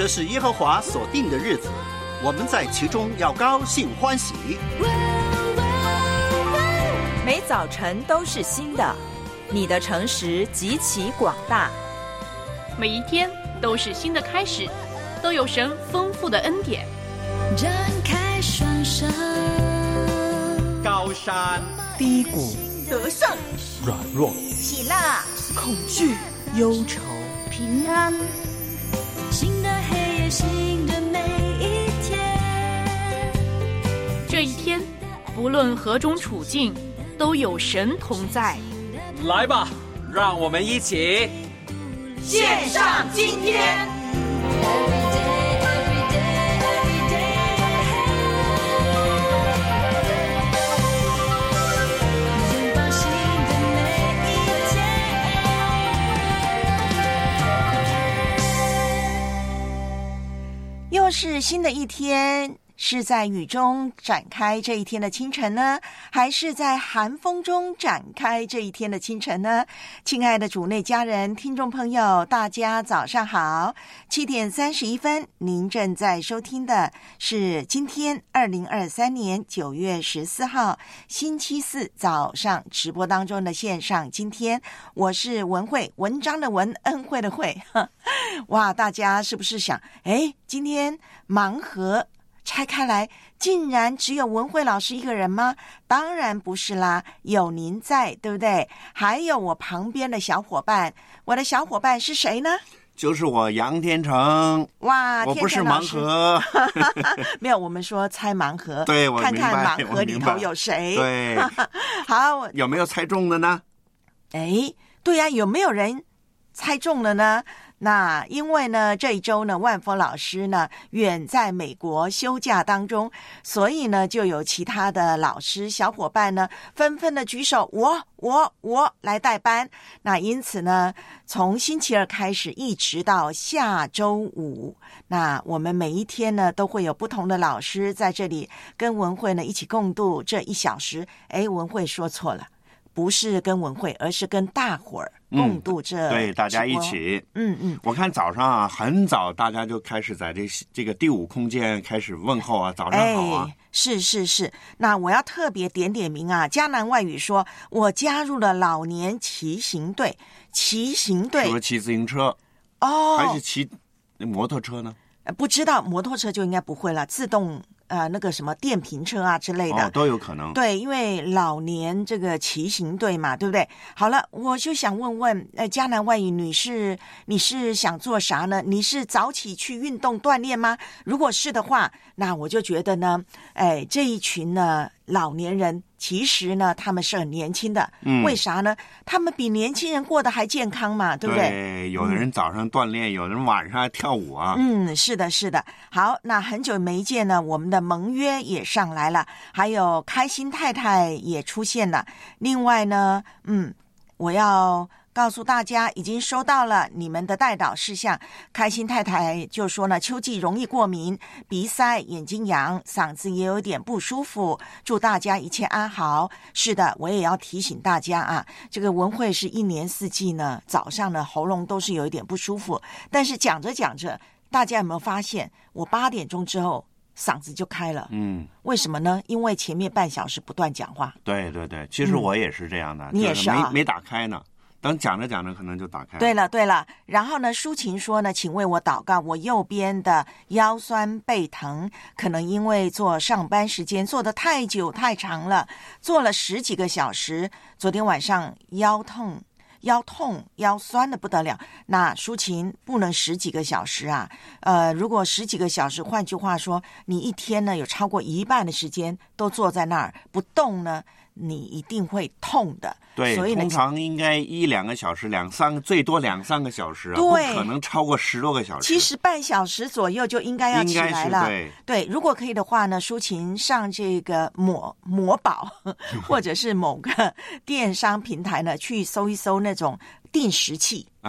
这是耶和华所定的日子，我们在其中要高兴欢喜。 每早晨都是新的，你的诚实极其广大。 每一天都是新的开始，都有神丰富的恩典。 展开双手， 高山低谷， 得胜软弱， 喜乐恐惧忧愁， 平安。 新的黑夜，新的每一天。 这一天，不论何种处境，都有神同在。 来吧，让我们一起献上今天。 又是新的一天，是在雨中展开这一天的清晨呢，还是在寒风中展开这一天的清晨呢？亲爱的主内家人、听众朋友，大家早上好！7:31，您正在收听的是今天2023年9月14号星期四早上直播当中的线上今天，我是文慧，文章的文，恩惠的惠。哇，大家是不是想，今天盲盒拆开来竟然只有文慧老师一个人吗？当然不是啦，有您在，对不对？还有我旁边的小伙伴，我的小伙伴是谁呢？ 就是我杨天成。 哇， 我不是盲盒。 没有，我们说猜盲盒， 对，我看明白， 看盲盒里头有谁。 对， 好， 有没有猜中的呢？ 对呀，有没有人猜中了呢？那因为呢，这一周呢，万峰老师呢远在美国休假当中，所以呢，就有其他的老师小伙伴呢纷纷的举手，我来代班。那因此呢，从星期二开始一直到下周五，那我们每一天呢都会有不同的老师在这里跟文慧呢一起共度这1小时。文慧说错了，不是跟文慧，而是跟大伙儿共度这对，大家一起。我看早上啊，很早大家就开始在这个第5空间开始问候啊，早上好啊。 是。那我要特别点名啊，迦南外语说，我加入了老年骑行队。骑行队除了骑自行车还是骑摩托车呢？ 不知道，摩托车就应该不会了，自动那个什么电瓶车啊之类的， 都有可能。 对，因为老年这个骑行队嘛，对不对？好了，我就想问问迦南外语女士，你是想做啥呢？你是早起去运动锻炼吗？如果是的话，那我就觉得呢，这一群呢老年人其实呢他们是很年轻的。为啥呢？他们比年轻人过得还健康嘛，对不对？ 对，有的人早上锻炼，有的人晚上还跳舞啊。 是的。好，那很久没见呢，我们的盟约也上来了，还有开心太太也出现了。另外呢，我要告诉大家，已经收到了你们的代祷事项。开心太太就说呢，秋季容易过敏、鼻塞、眼睛痒、嗓子也有点不舒服，祝大家一切安好。是的，我也要提醒大家啊，这个文慧是一年四季呢，早上呢喉咙都是有一点不舒服，但是讲着讲着，大家有没有发现，我8点钟之后嗓子就开了？为什么呢？因为前面半小时不断讲话。 对，其实我也是这样的。 你也是啊？ 没打开呢，等讲着讲着可能就打开了。对了，然后呢，抒情说呢，请为我祷告，我右边的腰酸背疼，可能因为做上班时间做得太久太长了，做了10几个小时，昨天晚上腰痛腰酸的不得了。那抒情不能10几个小时啊，如果10几个小时，换句话说，你一天呢有超过一半的时间都坐在那儿不动呢，你一定会痛的。 对， 所以通常应该1-2个小时，2-3个，最多2-3个小时啊，不可能超过10多个小时。 其实半小时左右就应该要起来了。对，如果可以的话呢，抒情上这个某宝或者是某个电商平台呢，去搜一搜那种定时器。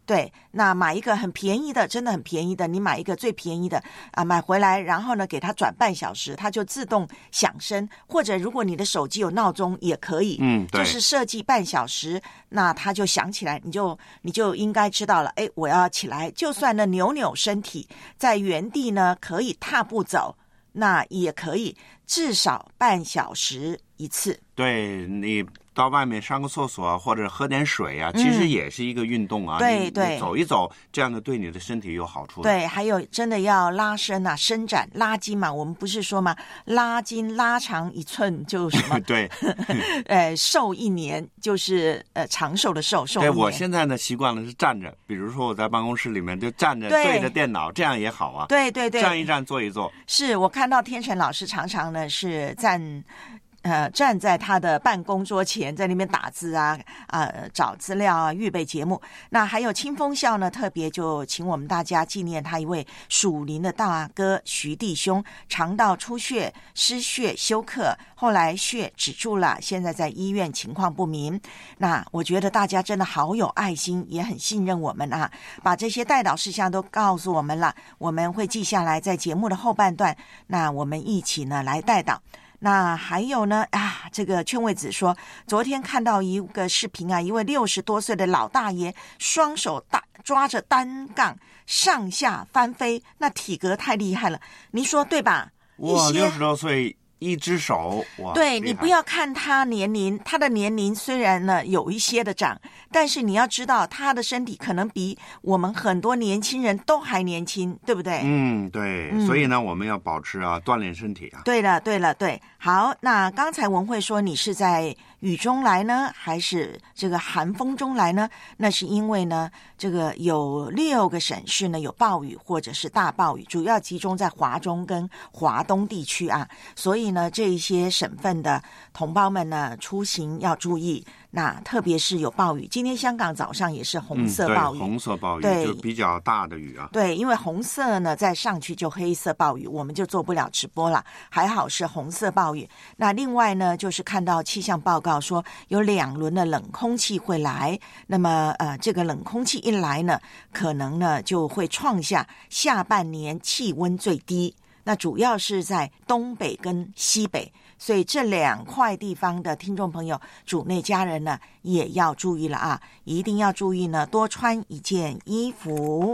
对，那买一个很便宜的，真的很便宜的，你买一个最便宜的啊，买回来，然后呢给它转半小时，它就自动响声，或者如果你的手机有闹钟也可以， 对， 就是设计半小时，那它就响起来，你就应该知道了，哎，我要起来，就算呢扭扭身体，在原地呢可以踏步走，那也可以至少半小时一次。 对，你到外面上个厕所或者喝点水啊，其实也是一个运动啊。 对， 你走一走，这样的对你的身体有好处的。 对，还有真的要拉伸啊，伸展拉筋嘛，我们不是说嘛，拉筋拉长1寸就什么对， 寿1年，就是长寿的寿。 对，我现在呢习惯了是站着，比如说我在办公室里面就站着对着电脑，这样也好啊。 对， 站一站，坐一坐。 是我看到天成老师常常呢是站在他的办公桌前，在那边打字啊，找资料啊，预备节目。那还有清风校呢，特别就请我们大家纪念他一位属灵的大哥徐弟兄，肠道出血、失血休克，后来血止住了，现在在医院情况不明。那我觉得大家真的好有爱心，也很信任我们啊，把这些代祷事项都告诉我们了，我们会记下来，在节目的后半段，那我们一起呢来代祷。那还有呢这个劝慰子说，昨天看到一个视频啊，一位60多岁的老大爷双手抓着单杠上下翻飞，那体格太厉害了，你说对吧？ 哇，60多岁一只手，哇！ 对，你不要看他年龄，他的年龄虽然呢有一些的长，但是你要知道他的身体可能比我们很多年轻人都还年轻，对不对？ 对，所以呢，我们要保持锻炼身体啊。 对了，对，好，那刚才文慧说你是在雨中来呢，还是这个寒风中来呢？那是因为呢，这个有6个省市呢有暴雨或者是大暴雨，主要集中在华中跟华东地区啊，所以呢，这一些省份的同胞们呢出行要注意。那特别是有暴雨，今天香港早上也是红色暴雨， 红色暴雨对， 就比较大的雨啊。 对，因为红色呢再上去就黑色暴雨，我们就做不了直播了。还好是红色暴雨。那另外呢，就是看到气象报告说有2轮的冷空气会来，那么这个冷空气一来呢，可能呢就会创下下半年气温最低。那主要是在东北跟西北，所以这2块地方的听众朋友、主内家人呢，也要注意了啊！一定要注意呢，多穿1件衣服。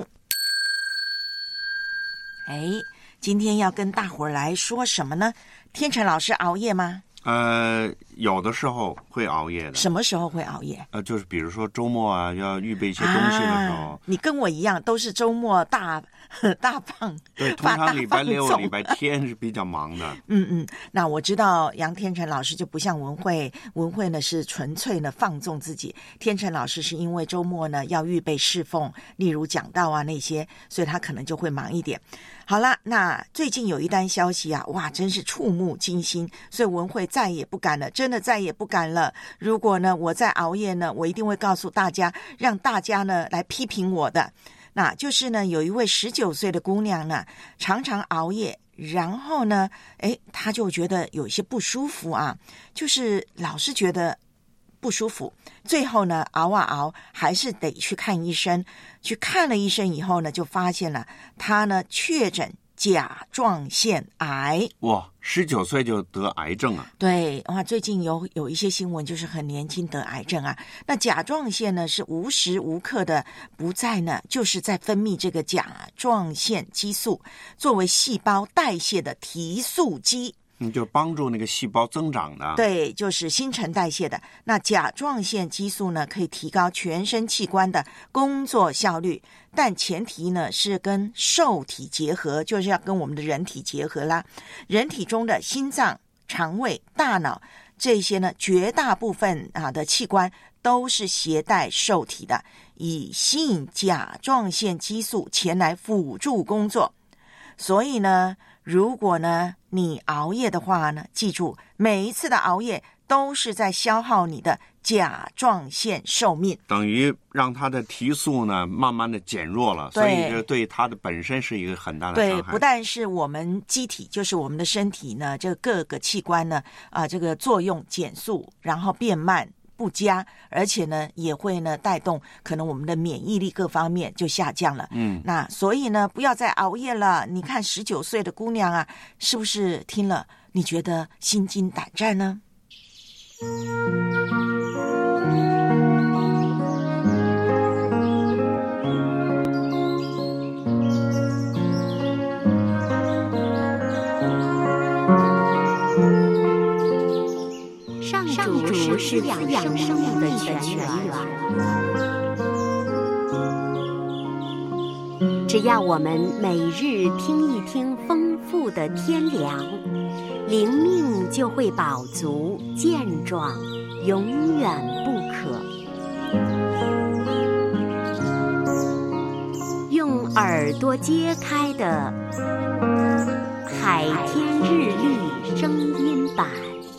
今天要跟大伙儿来说什么呢？天成老师熬夜吗？ 有的时候会熬夜的。 什么时候会熬夜？ 就是比如说周末啊，要预备一些东西的时候。 你跟我一样，都是周末大放。 对，通常礼拜6、礼拜天是比较忙的。 那我知道杨天成老师就不像文慧呢是纯粹呢放纵自己，天成老师是因为周末呢要预备侍奉，例如讲道啊那些，所以他可能就会忙一点。好啦，那最近有一单消息啊，哇，真是触目惊心，所以文慧再也不敢了，真的再也不敢了。如果呢我在熬夜呢，我一定会告诉大家，让大家呢来批评我的。那就是呢，有一位19岁的姑娘呢，常常熬夜，然后呢，她就觉得有一些不舒服啊，就是老是觉得不舒服，最后呢熬啊熬，还是得去看医生。去看了医生以后呢，就发现了她呢确诊甲状腺癌。 哇，19岁就得癌症啊？ 对，哇，最近有一些新闻就是很年轻得癌症啊。那甲状腺呢是无时无刻的不在呢，就是在分泌这个甲状腺激素，作为细胞代谢的提速机。 就帮助那个细胞增长的。 对，就是新陈代谢的。那甲状腺激素呢，可以提高全身器官的工作效率，但前提呢是跟受体结合，就是要跟我们的人体结合啦。人体中的心脏、肠胃、大脑这些呢，绝大部分的器官都是携带受体的，以吸引甲状腺激素前来辅助工作。所以呢，如果呢你熬夜的话呢，记住每一次的熬夜都是在消耗你的甲状腺寿命， 等于让它的提速呢慢慢的减弱了，所以这对它的本身是一个很大的伤害。 对，不但是我们机体，就是我们的身体呢，这各个器官呢这个作用减速，然后变慢， 不佳，而且呢也会呢带动可能我们的免疫力各方面就下降了。那所以呢不要再熬夜了。你看19岁的姑娘啊，是不是听了你觉得心惊胆战呢？ 上主是滋养生命的泉源，只要我们每日听一听丰富的天粮，灵命就会饱足健壮，永远不渴。用耳朵揭开的海天日历声音版。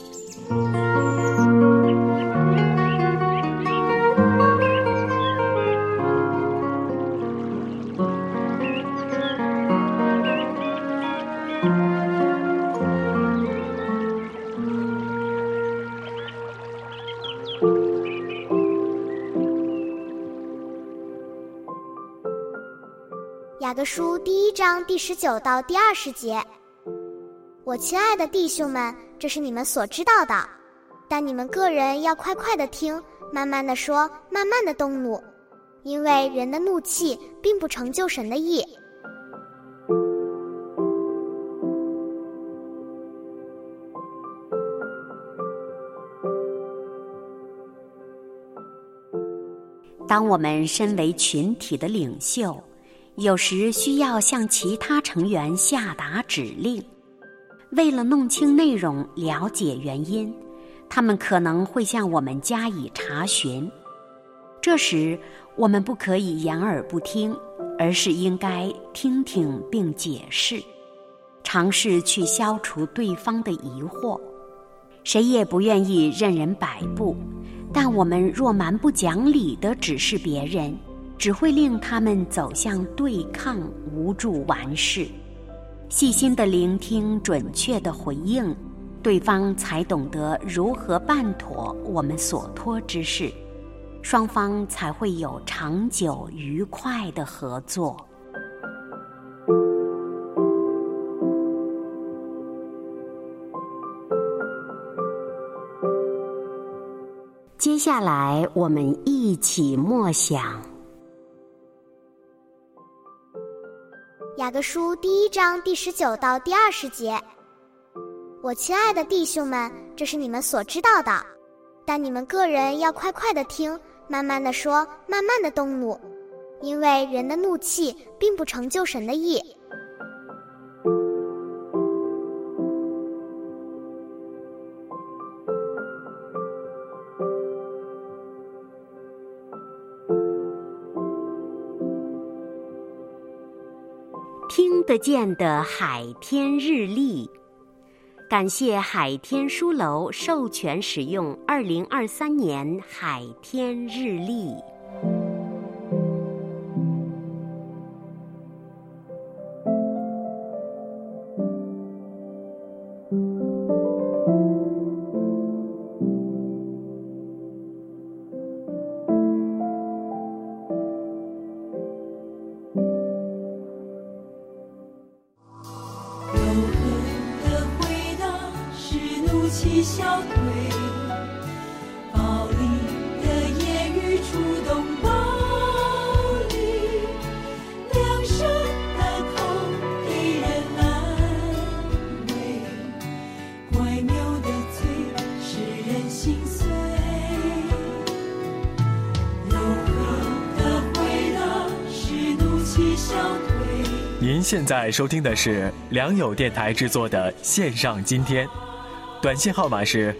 雅各书第1章第19到第20节。我亲爱的弟兄们，这是你们所知道的，但你们个人要快快的听，慢慢的说，慢慢的动怒，因为人的怒气并不成就神的义。 当我们身为群体的领袖，有时需要向其他成员下达指令，为了弄清内容、了解原因，他们可能会向我们加以查询。这时，我们不可以掩耳不听，而是应该听听并解释，尝试去消除对方的疑惑。谁也不愿意任人摆布，但我们若蛮不讲理地指示别人，只会令他们走向对抗，无助完事。细心的聆听，准确的回应，对方才懂得如何办妥我们所托之事，双方才会有长久愉快的合作。接下来我们一起默想雅各书第1章第19到第20节。我亲爱的弟兄们，这是你们所知道的，但你们个人要快快的听，慢慢的说，慢慢的动怒，因为人的怒气并不成就神的义。 听得见的海天日历，感谢海天书楼授权使用2023年海天日历。 气消退，暴力的言语触动暴力，良善的口给人安慰，乖谬的嘴使人心碎，柔和的回答使怒气消退。 您现在收听的是良友电台制作的线上今天，短信号码是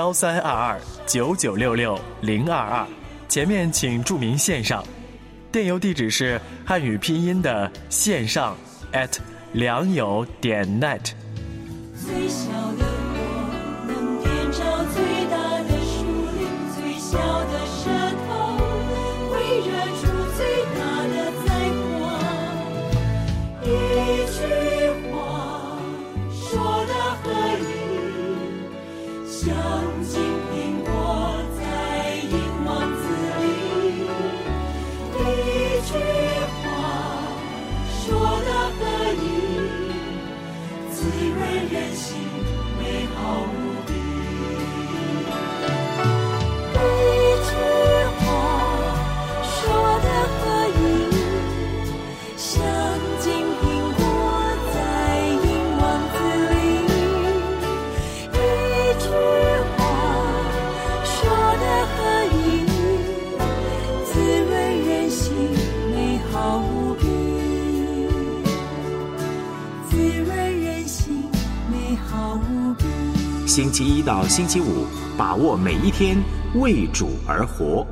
13229966-022，前面请注明线上，电邮地址是汉语拼音的线上@良友.net。 最小的火能点着最大的树林，最小的舌头会惹出最大的灾祸。一句话说得合理，像金苹果在人心美好无比。一句话说得合意，像金苹果在银王子里。一句话说得合意，滋润人心美好无比。 星期一到星期五，把握每一天，为主而活。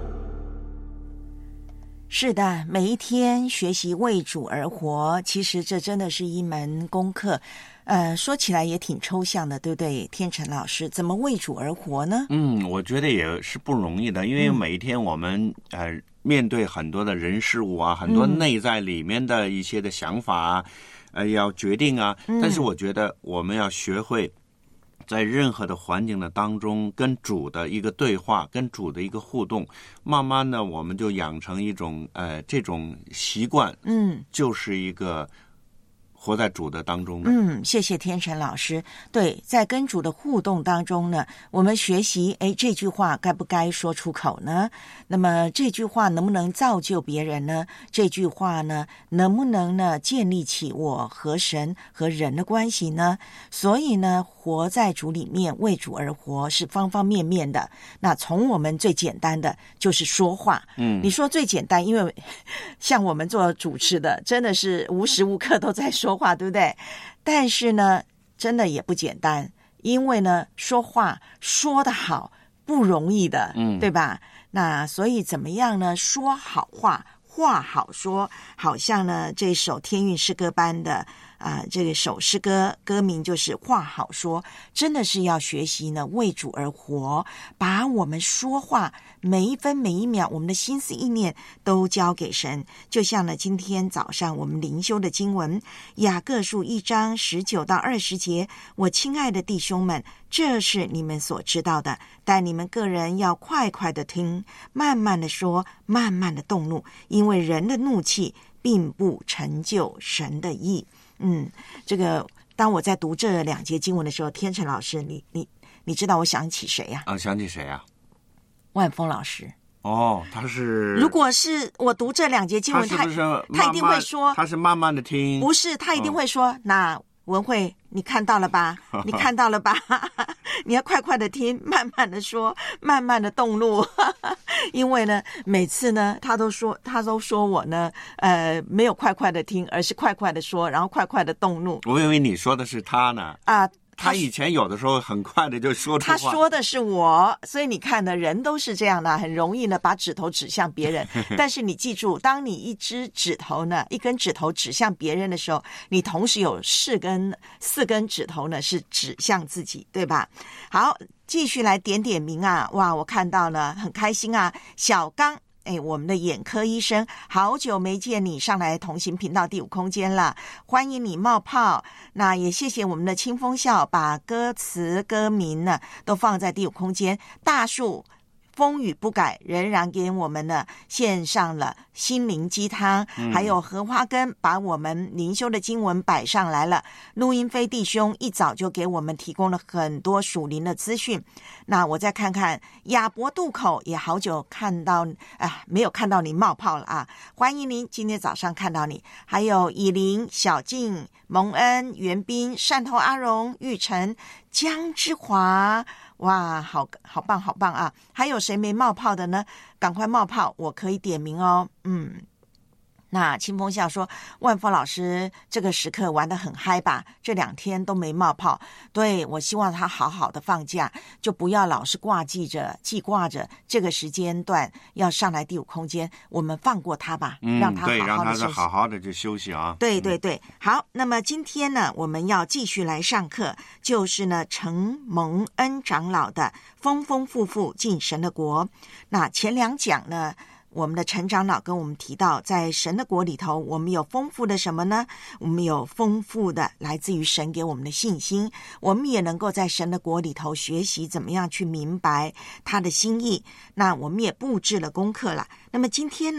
是的，每一天学习为主而活，其实这真的是一门功课。说起来也挺抽象的，对不对？天成老师，怎么为主而活呢？ 我觉得也是不容易的，因为每一天我们面对很多的人事物啊，很多内在里面的一些的想法啊，要决定啊。但是我觉得我们要学会在任何的环境的当中跟主的一个对话，跟主的一个互动，慢慢的我们就养成一种这种习惯，就是一个活在主的当中的。 谢谢天成老师。对，在跟主的互动当中呢，我们学习这句话该不该说出口呢？那么这句话能不能造就别人呢？这句话呢能不能呢建立起我和神和人的关系呢？所以呢，活在主里面，为主而活是方方面面的。那从我们最简单的就是说话，你说最简单，因为像我们做主持的真的是无时无刻都在说话，对不对？但是呢真的也不简单，因为呢说话说得好不容易的，对吧？那所以怎么样呢？说好话，话好说，好像呢这首天韵诗歌班的这个首诗歌歌名就是话好说，真的是要学习呢为主而活，把我们说话每一分每一秒我们的心思意念都交给神。就像呢今天早上我们灵修的经文雅各书1章19到20节，我亲爱的弟兄们，这是你们所知道的，但你们个人要快快的听，慢慢的说，慢慢的动怒，因为人的怒气并不成就神的义。这个当我在读这2节经文的时候，天成老师，你知道我想起谁呀？ 想起谁呀？ 万峰老师。 他是， 如果是我读这2节经文，他一定会说， 他是慢慢的听， 不是，他一定会说，那文慧，你看到了吧？你看到了吧？你要快快的听，慢慢的说，慢慢的动怒。因为呢，每次呢，他都说我呢，没有快快的听，而是快快的说，然后快快的动怒。 我以为你说的是他呢。他以前有的时候很快的就说出话。 他说的是我，所以你看呢，人都是这样的，很容易呢把指头指向别人。但是你记住，当你一根指头指向别人的时候，你同时有4根指头呢是指向自己，对吧？好，继续来点名啊！哇，我看到了，很开心啊，小刚。我们的眼科医生，好久没见你上来同行频道第5空间了，欢迎你冒泡。那也谢谢我们的清风笑，把歌词歌名呢都放在第5空间。大树风雨不改，仍然给我们呢献上了心灵鸡汤，还有荷花根把我们灵修的经文摆上来了。陆英飞弟兄一早就给我们提供了很多属灵的资讯。那我再看看亚伯渡口，也好久看到没有看到你冒泡了啊！欢迎您，今天早上看到你。还有以琳、小静、蒙恩、袁斌、汕头阿荣、玉成、江之华。哇，好棒好棒啊！还有谁没冒泡的呢？赶快冒泡，我可以点名哦。那清风笑说，万峰老师这个时刻玩得很嗨吧？这2天都没冒泡。对，我希望他好好的放假，就不要老是记挂着这个时间段要上来第5空间，我们放过他吧，让他好好的休息。 对，让他好好的去休息啊。 对对对，好，那么今天呢，我们要继续来上课，就是呢陈蒙恩长老的丰丰富富进神的国。那前2讲呢，我们的陈长老跟我们提到，在神的国里头，我们有丰富的什么呢？我们有丰富的来自于神给我们的信心，我们也能够在神的国里头学习怎么样去明白他的心意。那我们也布置了功课了。那么今天呢，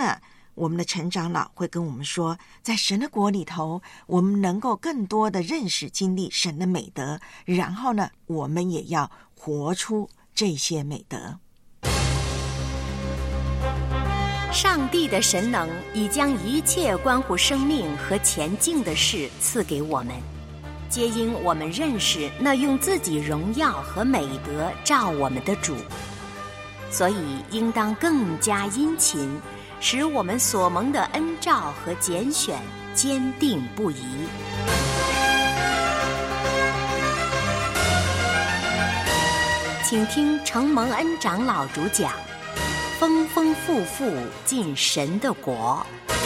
我们的陈长老会跟我们说，在神的国里头，我们能够更多的认识经历神的美德，然后呢，我们也要活出这些美德。 上帝的神能已将一切关乎生命和前进的事赐给我们，皆因我们认识那用自己荣耀和美德照我们的主，所以应当更加殷勤，使我们所蒙的恩召和拣选坚定不移。请听程蒙恩长老主讲，丰丰富富进神的国。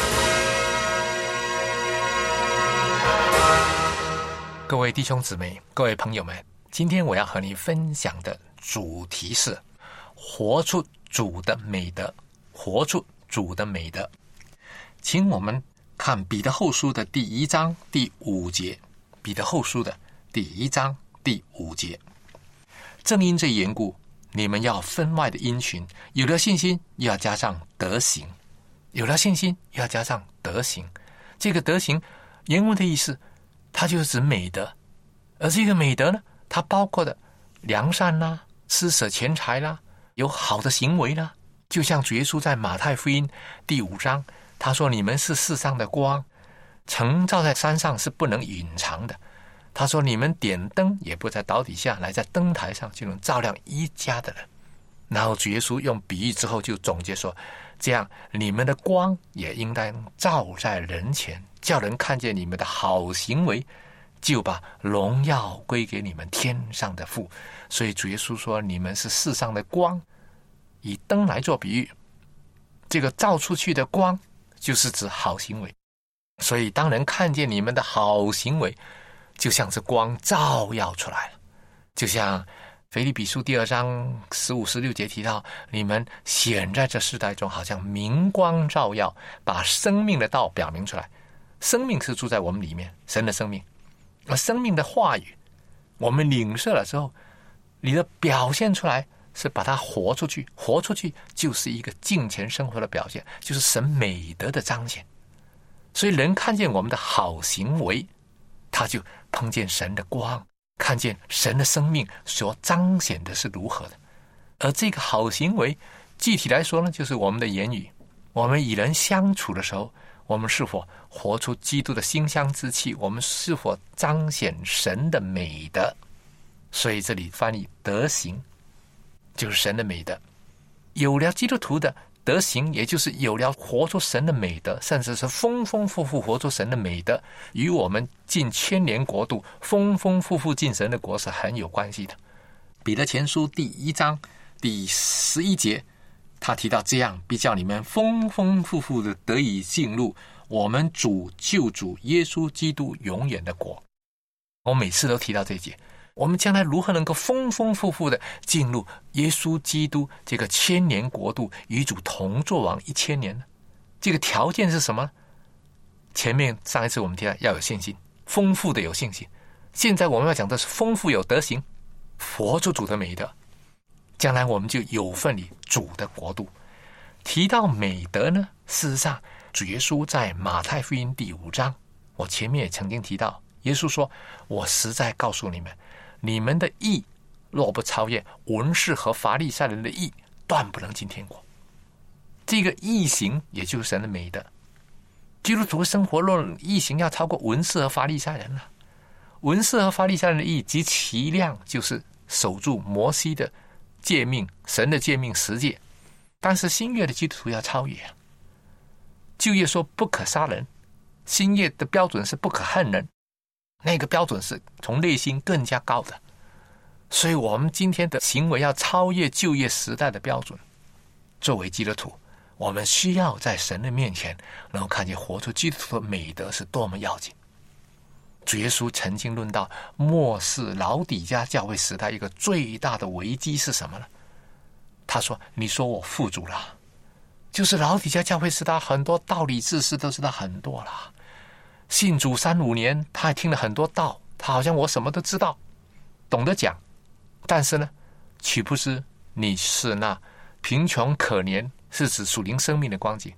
各位弟兄姊妹，各位朋友们，今天我要和你分享的主题是活出主的美德，活出主的美德。请我们看彼得后书的第1章第5节，彼得后书的第1章第5节，正因这缘故，你们要分外的殷勤，有了信心又要加上德行，有了信心又要加上德行。这个德行原文的意思，它就是指美德，而这个美德呢，它包括的良善啦、施舍钱财啦、有好的行为啦。就像主耶稣在马太福音第5章，他说你们是世上的光，城照在山上是不能隐藏的。他说你们点灯也不在岛底下，来在灯台上就能照亮一家的人。然后主耶稣用比喻之后就总结说，这样你们的光也应当照在人前，叫人看见你们的好行为，就把荣耀归给你们天上的父。所以主耶稣说你们是世上的光，以灯来做比喻，这个照出去的光就是指好行为。所以当人看见你们的好行为，就像是光照耀出来了。就像腓立比书第2章15、16节提到，你们显在这世代中好像明光照耀，把生命的道表明出来。生命是住在我们里面，神的生命，而生命的话语我们领受了之后，你的表现出来是把它活出去，活出去就是一个敬虔生活的表现，就是神美德的彰显。所以人看见我们的好行为，他就碰见神的光，看见神的生命所彰显的是如何的。而这个好行为具体来说呢，就是我们的言语，我们与人相处的时候，我们是否活出基督的馨香之气，我们是否彰显神的美德。所以这里翻译德行，就是神的美德。有了基督徒的德行，也就是有了活出神的美德，甚至是丰丰富富活出神的美德，与我们进千年国度丰丰富富进神的国是很有关系的。彼得前书第1章第11节，他提到这样，必叫你们丰丰富富的得以进入我们主救主耶稣基督永远的国。我每次都提到这一节，我们将来如何能够丰丰富富的进入耶稣基督这个千年国度，与主同作王1000年呢？这个条件是什么？前面上一次我们提到要有信心，丰富的有信心。现在我们要讲的是丰富有德行，活出主的美德，将来我们就有份于主的国度。提到美德呢，事实上主耶稣在马太福音第5章，我前面也曾经提到，耶稣说，我实在告诉你们，你们的义若不超越文士和法利赛人的义，断不能进天国。这个义行也就是神的美德。基督徒生活若义行要超过文士和法利赛人了。文士和法利赛人的义及其量就是守住摩西的诫命，神的诫命10诫。但是新约的基督徒要超越。旧约说不可杀人，新约的标准是不可恨人，那个标准是从内心更加高的。所以我们今天的行为要超越旧约时代的标准。作为基督徒，我们需要在神的面前能够看见活出基督徒的美德是多么要紧。主耶稣曾经论到末世老底嘉教会时代一个最大的危机是什么呢？他说，你说我富足了，就是老底嘉教会时代很多道理知识都知道很多了，信主3、5年，他还听了很多道，他好像我什么都知道，懂得讲。但是呢，岂不知你是那贫穷可怜，是指属灵生命的光景，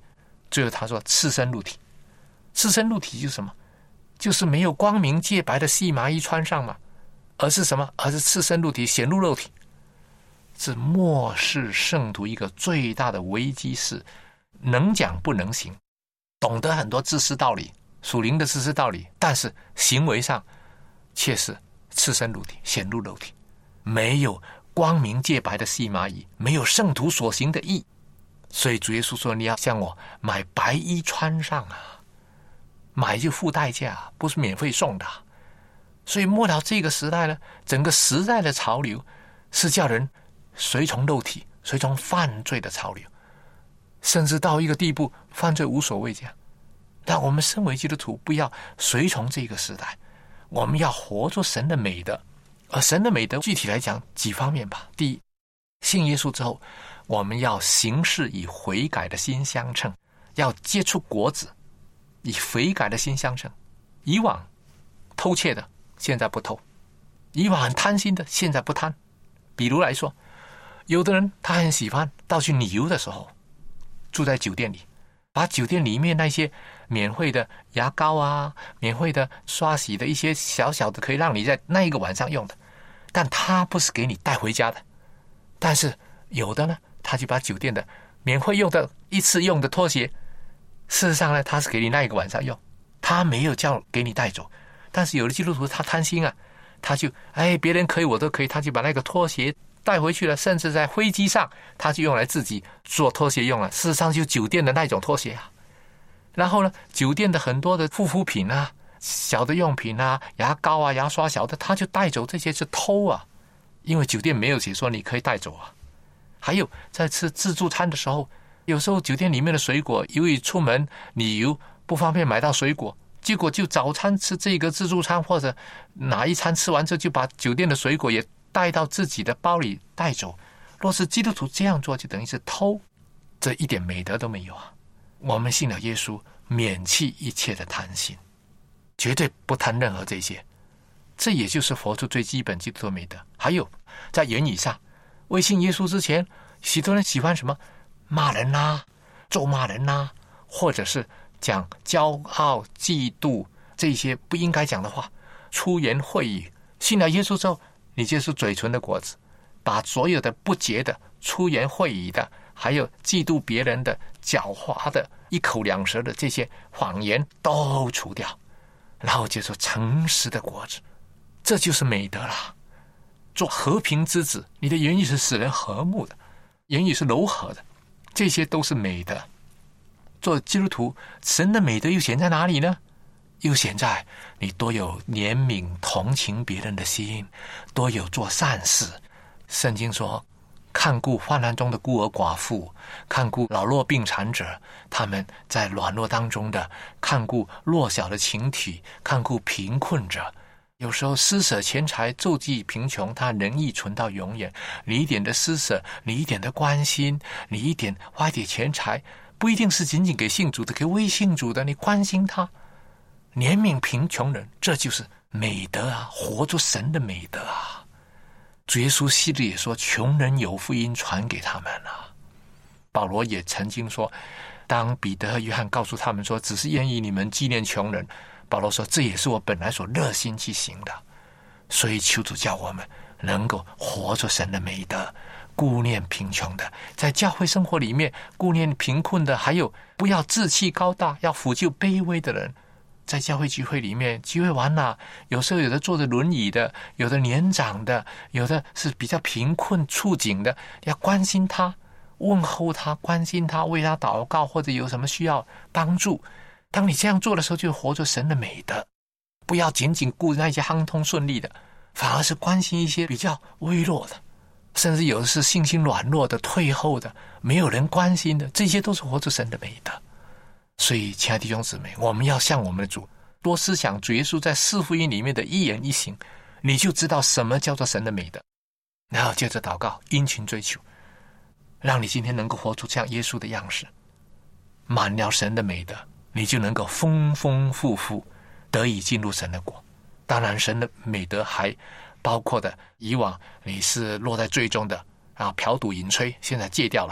最后他说赤身露体。赤身露体就是什么？就是没有光明洁白的细麻衣穿上嘛，而是什么？而是赤身露体，显露肉体。是末世圣徒一个最大的危机，是能讲不能行，懂得很多知识道理，属灵的知识道理，但是行为上却是赤身露体，显露肉体，没有光明洁白的细麻衣，没有圣徒所行的义。所以主耶稣说，你要向我买白衣穿上啊，买就付代价，不是免费送的。所以末了这个时代呢，整个时代的潮流是叫人随从肉体，随从犯罪的潮流，甚至到一个地步，犯罪无所谓这样。但我们身为基督徒，不要随从这个时代，我们要活出神的美德。而神的美德具体来讲几方面吧。第一，信耶稣之后，我们要行事以悔改的心相称，要结出果子，以悔改的心相称。以往偷窃的现在不偷，以往很贪心的现在不贪。比如来说，有的人他很喜欢到去旅游的时候住在酒店里，把酒店里面那些免费的牙膏啊，免费的刷洗的一些小小的可以让你在那一个晚上用的，但他不是给你带回家的。但是有的呢，他就把酒店的免费用的一次用的拖鞋，事实上呢，他是给你那一个晚上用，他没有叫给你带走。但是有的基督徒他贪心啊，他就别人可以我都可以，他就把那个拖鞋带回去了，甚至在飞机上他就用来自己做拖鞋用了，事实上就酒店的那种拖鞋啊。然后呢，酒店的很多的护肤品啊，小的用品啊，牙膏啊，牙刷小的，他就带走，这些是偷啊，因为酒店没有写说你可以带走啊。还有在吃自助餐的时候，有时候酒店里面的水果，由于出门旅游不方便买到水果，结果就早餐吃这个自助餐，或者哪一餐吃完之后就把酒店的水果也带到自己的包里带走。若是基督徒这样做，就等于是偷，这一点美德都没有啊。我们信了耶稣，免弃一切的贪心，绝对不贪任何这些，这也就是活出最基本基督徒美德。还有在言语上，未信耶稣之前，许多人喜欢什么骂人啊，咒骂人啊，或者是讲骄傲嫉妒这些不应该讲的话，出言秽语。信了耶稣之后，你就是嘴唇的果子，把所有的不洁的出言秽语的，还有嫉妒别人的狡猾的一口两舌的这些谎言都除掉，然后就说诚实的果子，这就是美德啦。做和平之子，你的言语是使人和睦的，言语是柔和的，这些都是美德。做基督徒，神的美德又显在哪里呢？又显在你多有怜悯同情别人的心，多有做善事。圣经说，看顾患难中的孤儿寡妇，看顾老弱病残者，他们在软弱当中的，看顾弱小的群体，看顾贫困者。有时候施舍钱财救济贫穷，他仁义存到永远。你一点的施舍，你一点的关心，你一点花一点钱财，不一定是仅仅给信主的，给未信主的，你关心他，怜悯贫穷人，这就是美德啊，活出神的美德啊。主耶稣昔日也说，穷人有福音传给他们啊。保罗也曾经说，当彼得和约翰告诉他们说，只是愿意你们纪念穷人，保罗说，这也是我本来所热心去行的。所以求主叫我们能够活出神的美德，顾念贫穷的，在教会生活里面顾念贫困的，还有不要志气高大，要抚救卑微的人。在教会聚会里面，聚会完了，有时候有的坐着轮椅的，有的年长的，有的是比较贫困处境的，要关心他，问候他，关心他，为他祷告，或者有什么需要帮助。当你这样做的时候，就活出神的美德，不要仅仅顾那些亨通顺利的，反而是关心一些比较微弱的，甚至有的是信心软弱的、退后的、没有人关心的，这些都是活出神的美德。所以亲爱的弟兄姊妹，我们要向我们的主多思想主耶稣在四福音里面的一言一行，你就知道什么叫做神的美德。然后接着祷告，殷勤追求，让你今天能够活出像耶稣的样式，满了神的美德，你就能够丰丰富富得以进入神的国。当然神的美德还包括的，以往你是落在罪中的，然后嫖赌淫吹，现在戒掉了，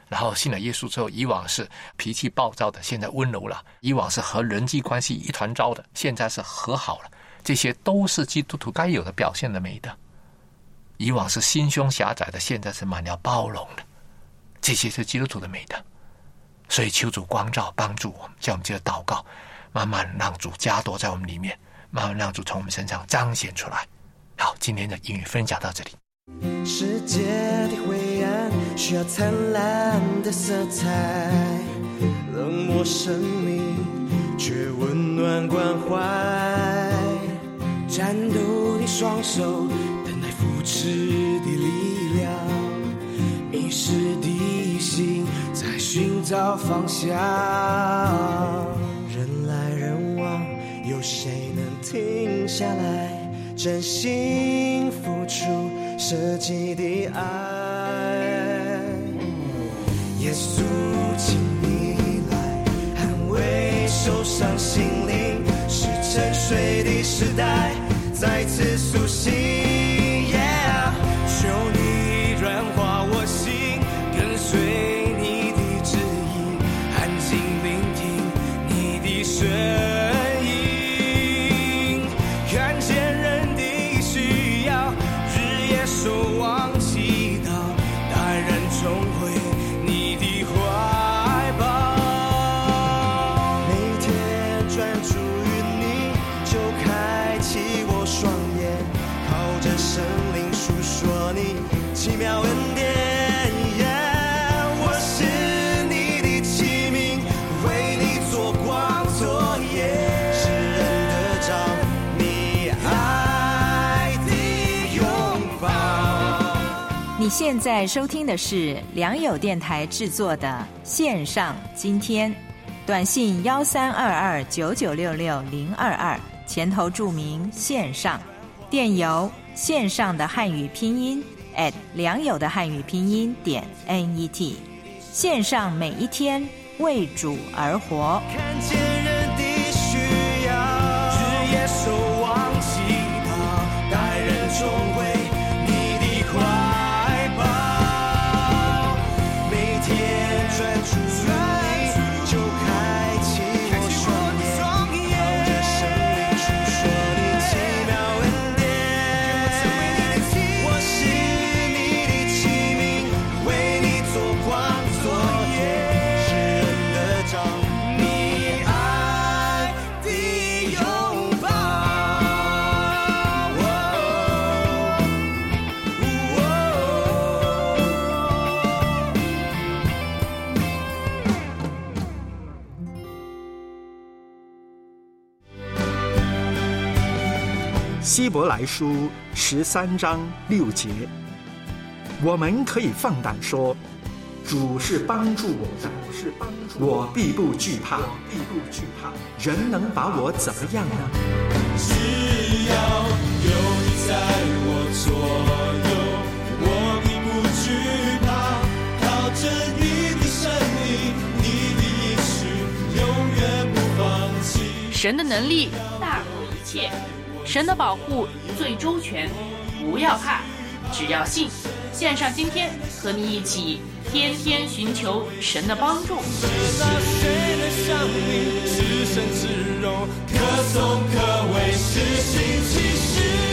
然后信了耶稣之后，以往是脾气暴躁的，现在温柔了；以往是和人际关系一团糟的，现在是和好了。这些都是基督徒该有的表现的美德。以往是心胸狭窄的，现在是满了包容的，这些是基督徒的美德。所以求主光照帮助我们，叫我们这个祷告慢慢让主加多在我们里面，慢慢让主从我们身上彰显出来。好，今天的英语分享到这里。 世界的灰暗需要灿烂的色彩，冷漠生命却温暖关怀，战斗的双手等待扶持的力量，迷失的心在寻找方向，人来人往，有谁能停下来真心付出舍己的爱？耶稣，请你来安慰受伤心灵，是沉睡的时代再次苏醒。求你软化我心，跟随你的旨意，安静聆听你的声音，看见人的需要，日夜守望祈祷，带人重回你的怀抱。每天专注于你，就开启我双眼，靠着圣灵述说你奇妙恩典。我是你的器皿，为你做光作盐，是人的照，你爱的拥抱。 你现在收听的是良友电台制作的线上今天，短信1322996622，前头注明线上，电邮线上的汉语拼音良友的汉语拼音.net， 线上每一天为主而活。 看见人的需要，日夜守望祈祷，带人重回你的怀抱。每天专注于你，就开启我双眼，靠着圣灵述说你奇妙恩典。我是你的器皿，为你做光作盐，是人的照，你爱的拥抱。 希伯来书13章6节，我们可以放胆说，主是帮助我的，我必不惧怕。人能把我怎么样呢？ 只要有你在我左右，我必不惧怕。靠着你的圣灵，你的应许永远不放弃。 神的能力大过一切，神的保护最周全，不要怕，只要信。线上今天和你一起天天寻求神的帮助。 知道谁的生命是神之荣，可颂可畏，是新启示。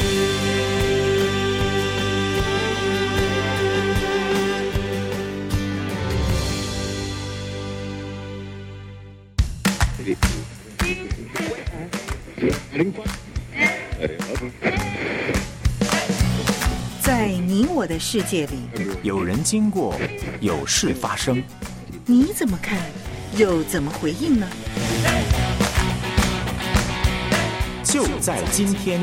在你我的世界里， 有人经过，有事发生， 你怎么看，又怎么回应呢？ 就在今天。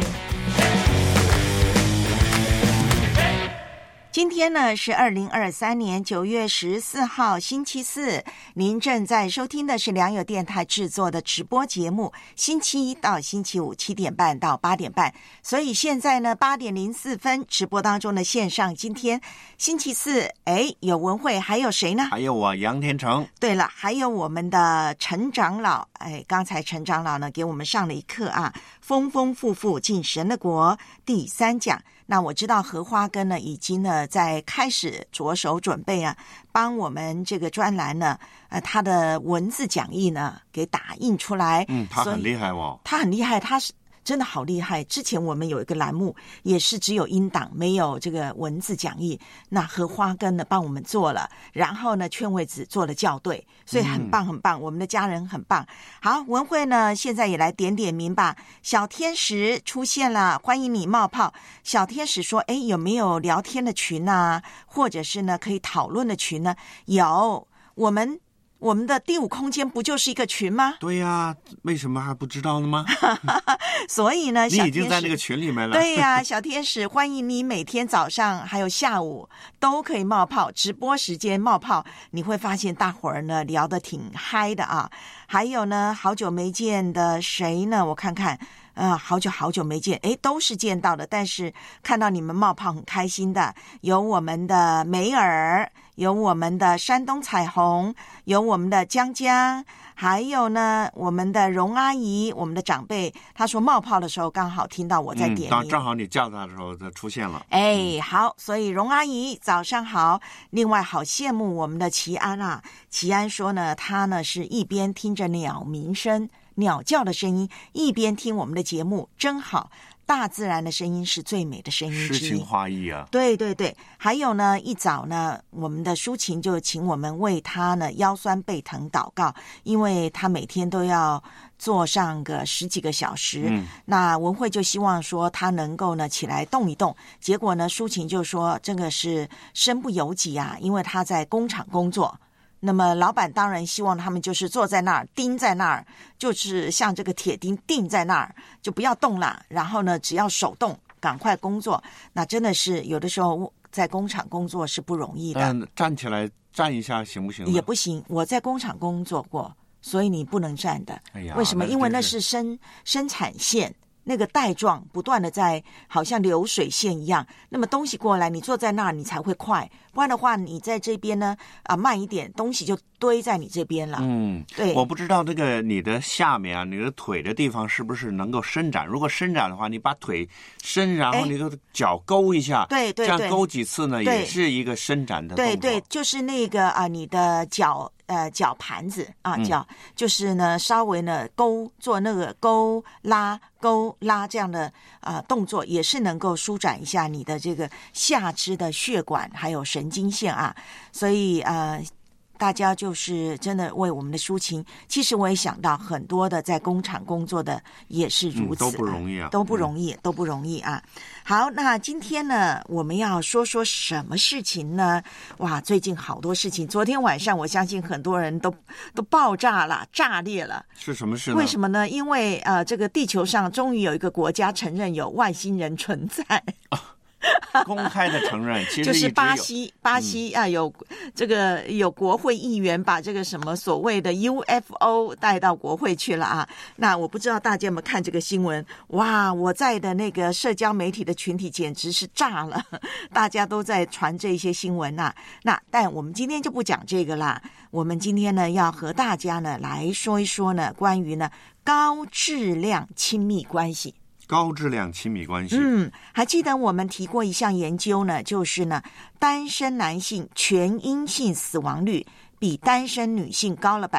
今天呢是2023年9月14号星期四，您正在收听的是良友电台制作的直播节目，星期一到星期五7点半到8点半，所以现在呢8点04分直播当中的线上今天星期四，有文慧，还有谁呢？ 还有我杨天成。 对了，还有我们的陈长老，刚才陈长老呢给我们上了一课啊，丰丰富富进神的国第3讲， 那我知道荷花根呢已经呢在开始着手准备啊，帮我们这个专栏呢它的文字讲义呢给打印出来。 他很厉害哦， 他很厉害，他是真的好厉害。之前我们有一个栏目也是只有音档没有这个文字讲义，那荷花根呢帮我们做了，然后呢劝慰子做了校对，所以很棒很棒，我们的家人很棒。好，文慧呢现在也来点点名吧。小天使出现了，欢迎你冒泡。小天使说有没有聊天的群啊，或者是呢可以讨论的群呢？有，我们的第五空间不就是一个群吗？ 对呀，为什么还不知道呢吗？ 所以呢， 你已经在那个群里面了。 对呀，小天使，欢迎你每天早上还有下午都可以冒泡，直播时间冒泡，你会发现大伙儿呢聊得挺嗨的啊。还有呢，好久没见的谁呢？我看看。好久没见，都是见到的，但是看到你们冒泡很开心的，有我们的梅尔，有我们的山东彩虹，有我们的江江，还有呢我们的荣阿姨，我们的长辈，他说冒泡的时候刚好听到我在点名， 正好你叫他的时候就出现了。 好，所以荣阿姨早上好。另外好羡慕我们的齐安啊，齐安说呢，他呢是一边听着鸟鸣声鸟叫的声音，一边听我们的节目，真好。大自然的声音是最美的声音之一， 诗情画意啊。 对对对，还有呢，一早呢，我们的抒情就请我们为他呢腰酸背疼祷告，因为他每天都要坐上个10几个小时。那文慧就希望说他能够呢起来动一动，结果呢，抒情就说这个是身不由己啊，因为他在工厂工作。那么老板当然希望他们就是坐在那儿钉在那儿，就是像这个铁钉钉在那儿，就不要动了，然后呢只要手动赶快工作。那真的是有的时候在工厂工作是不容易的。 站起来站一下行不行？ 也不行，我在工厂工作过，所以你不能站的。为什么？因为那是生产线，那个带状不断的在好像流水线一样，那么东西过来你坐在那儿你才会快，不然的话你在这边呢慢一点，东西就堆在你这边了。对， 我不知道这个你的下面啊，你的腿的地方是不是能够伸展，如果伸展的话，你把腿伸，然后你的脚勾一下， 对， 这样勾几次呢也是一个伸展的动作。 对，就是那个你的脚盘子啊，脚就是呢稍微呢做那个勾拉这样的动作，也是能够舒展一下你的这个下肢的血管还有神经线啊。所以大家就是真的为我们的抒情，其实我也想到很多的在工厂工作的也是如此， 都不容易啊， 都不容易啊。好，那今天呢我们要说什么事情呢？哇，最近好多事情，昨天晚上我相信很多人都爆炸了，炸裂了。 是什么事呢？ 为什么呢？因为这个地球上终于有一个国家承认有外星人存在。 公开的承认，其实就是巴西有国会议员把这个什么所谓的 UFO 带到国会去了啊。那我不知道大家有没有看这个新闻？哇，我在的那个社交媒体的群体简直是炸了，大家都在传这些新闻啊。但我们今天就不讲这个啦，我们今天呢要和大家呢来说一说呢关于呢高质量亲密关系。 高质量亲密关系。 还记得我们提过一项研究呢，就是呢，单身男性全因性死亡率比单身女性高了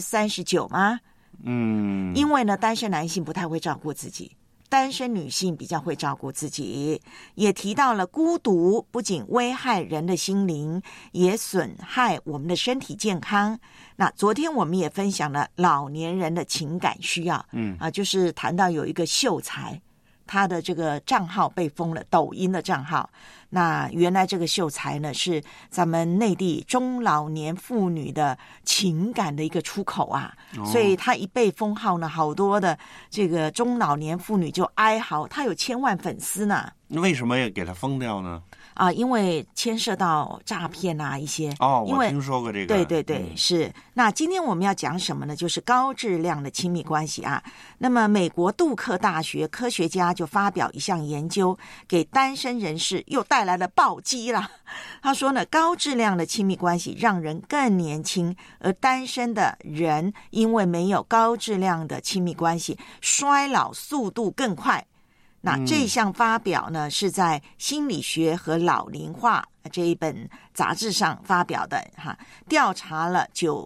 39%吗？因为呢，单身男性不太会照顾自己，单身女性比较会照顾自己。也提到了孤独不仅危害人的心灵，也损害我们的身体健康。那昨天我们也分享了老年人的情感需要，就是谈到有一个秀才，他的这个账号被封了，抖音的账号。那原来这个秀才呢是咱们内地中老年妇女的情感的一个出口啊，所以他一被封号呢，好多的这个中老年妇女就哀嚎，他有1000万粉丝呢。 为什么要给他封掉呢？ 因为牵涉到诈骗啊一些。 我听说过这个。 对，是。那今天我们要讲什么呢？就是高质量的亲密关系啊。那么美国杜克大学科学家就发表一项研究，给单身人士又带来了暴击了。他说呢，高质量的亲密关系让人更年轻，而单身的人因为没有高质量的亲密关系，衰老速度更快。 那这项发表呢，是在《心理学和老龄化》这一本杂志上发表的调查了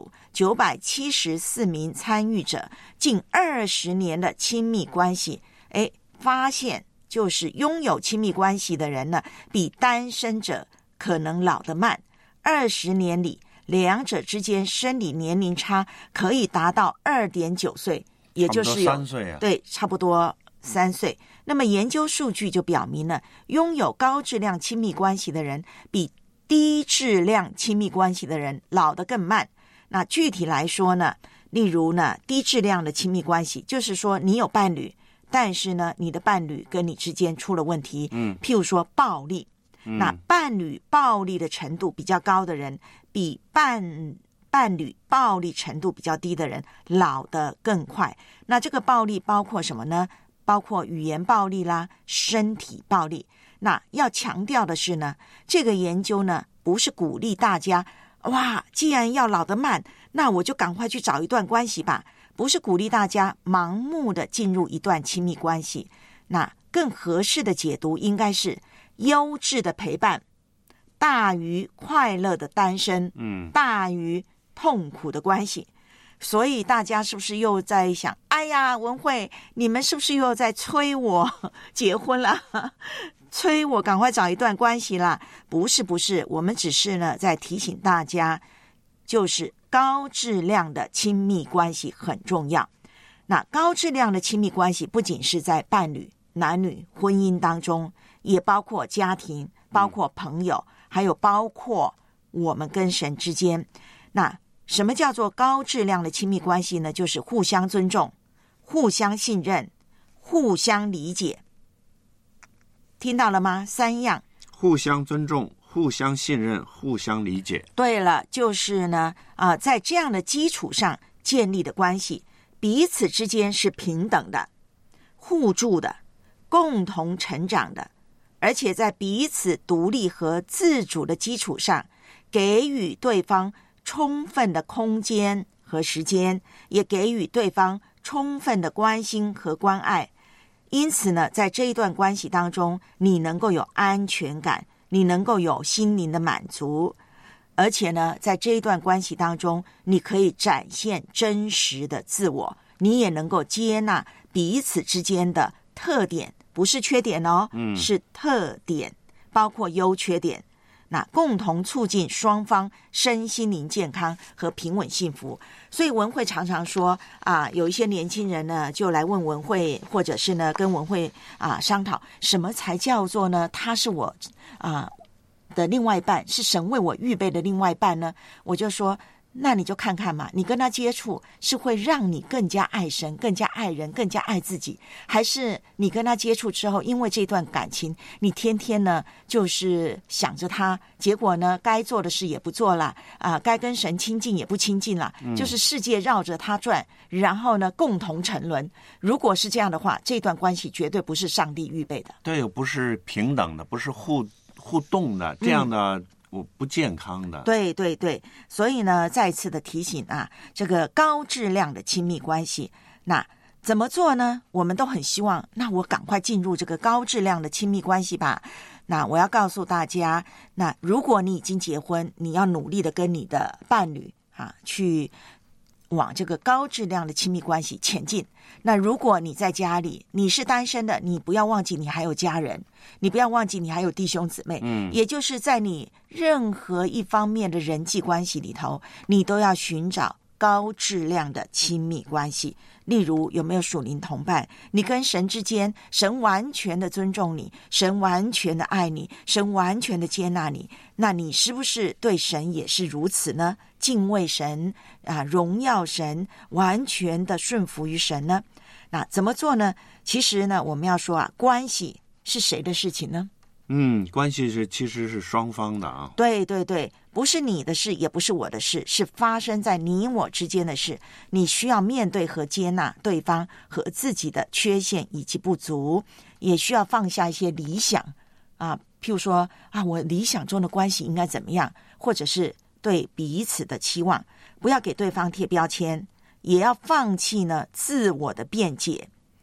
974名参与者近20年的亲密关系，发现就是拥有亲密关系的人呢，比单身者可能老得慢。20年里，两者之间生理年龄差可以达到2.9岁，也就是有 3岁啊， 对，差不多3岁。那么研究数据就表明了，拥有高质量亲密关系的人比低质量亲密关系的人老得更慢。那具体来说呢，例如呢，低质量的亲密关系就是说你有伴侣，但是呢，你的伴侣跟你之间出了问题，譬如说暴力，那伴侣暴力的程度比较高的人，比伴侣暴力程度比较低的人老得更快。那这个暴力包括什么呢？包括语言暴力啦，身体暴力。那要强调的是呢，这个研究呢，不是鼓励大家既然要老得慢，那我就赶快去找一段关系吧，不是鼓励大家盲目的进入一段亲密关系。那更合适的解读应该是优质的陪伴大于快乐的单身，大于痛苦的关系。所以大家是不是又在想，哎呀，文慧，你们是不是又在催我结婚了，催我赶快找一段关系啦？不是，我们只是呢在提醒大家，就是高质量的亲密关系很重要。那高质量的亲密关系不仅是在伴侣、男女婚姻当中，也包括家庭，包括朋友，还有包括我们跟神之间。那什么叫做高质量的亲密关系呢？就是互相尊重、互相信任、互相理解。听到了吗？3样： 互相尊重、互相信任、互相理解。 对了，就是呢在这样的基础上建立的关系，彼此之间是平等的、互助的、共同成长的，而且在彼此独立和自主的基础上，给予对方充分的空间和时间，也给予对方充分的关心和关爱。因此呢，在这一段关系当中，你能够有安全感，你能够有心灵的满足，而且呢，在这一段关系当中，你可以展现真实的自我，你也能够接纳彼此之间的特点，不是缺点哦，是特点，包括优缺点。那共同促进双方身心灵健康和平稳幸福。所以文慧常常说有一些年轻人呢就来问文慧，或者是呢跟文慧商讨，什么才叫做呢他是我的另外一半，是神为我预备的另外一半呢？我就说，那你就看看嘛，你跟他接触是会让你更加爱神、更加爱人、更加爱自己，还是你跟他接触之后，因为这段感情，你天天呢就是想着他，结果呢该做的事也不做了该跟神亲近也不亲近了，就是世界绕着他转，然后呢共同沉沦。如果是这样的话，这段关系绝对不是上帝预备的， 对，不是平等的，不是互动的，这样的不健康的。 对，所以呢再次的提醒这个高质量的亲密关系，那怎么做呢？我们都很希望，那我赶快进入这个高质量的亲密关系吧。那我要告诉大家，那如果你已经结婚，你要努力的跟你的伴侣去往这个高质量的亲密关系前进。那如果你在家里，你是单身的，你不要忘记你还有家人，你不要忘记你还有弟兄姊妹，也就是在你任何一方面的人际关系里头，你都要寻找高质量的亲密关系。例如有没有属灵同伴，你跟神之间，神完全的尊重你，神完全的爱你，神完全的接纳你，那你是不是对神也是如此呢？敬畏神荣耀神，完全的顺服于神呢？那怎么做呢？其实呢，我们要说关系是谁的事情呢？ 关系其实是双方的对，不是你的事，也不是我的事，是发生在你我之间的事。你需要面对和接纳对方和自己的缺陷以及不足，也需要放下一些理想譬如说我理想中的关系应该怎么样，或者是对彼此的期望，不要给对方贴标签，也要放弃呢自我的辩解。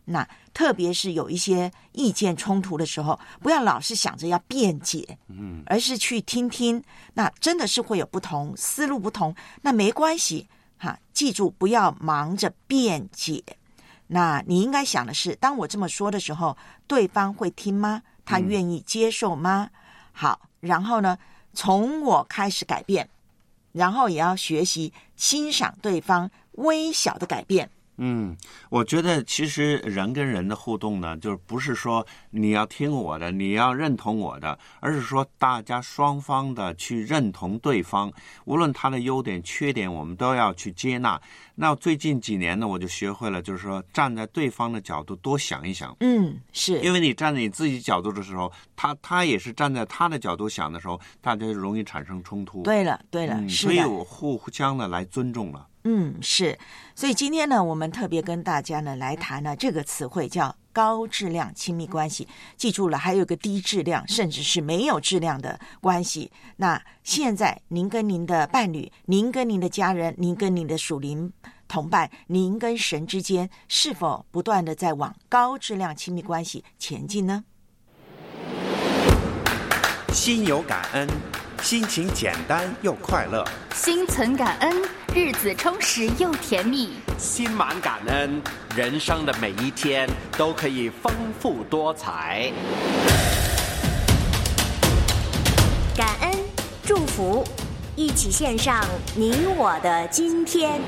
那特别是有一些意见冲突的时候，不要老是想着要辩解，而是去听听，那真的是会有不同，思路不同，那没关系哈，记住不要忙着辩解。那你应该想的是，当我这么说的时候，对方会听吗？他愿意接受吗？好，然后呢，从我开始改变，然后也要学习欣赏对方微小的改变。 我觉得其实人跟人的互动呢，就是不是说你要听我的，你要认同我的，而是说大家双方的去认同对方，无论他的优点缺点，我们都要去接纳。那最近几年呢，我就学会了，就是说站在对方的角度多想一想。 是因为你站在你自己角度的时候，他也是站在他的角度想的时候，大家就容易产生冲突。 对了，是的， 所以我互相的来尊重了。 是，所以今天呢，我们特别跟大家呢来谈呢这个词汇叫高质量亲密关系。记住了，还有一个低质量，甚至是没有质量的关系。那现在您跟您的伴侣，您跟您的家人，您跟您的属灵同伴，您跟神之间，是否不断的在往高质量亲密关系前进呢？ 心有感恩，心情简单又快乐； 心存感恩，日子充实又甜蜜； 心满感恩，人生的每一天都可以丰富多彩。 感恩祝福，一起献上你我的今天。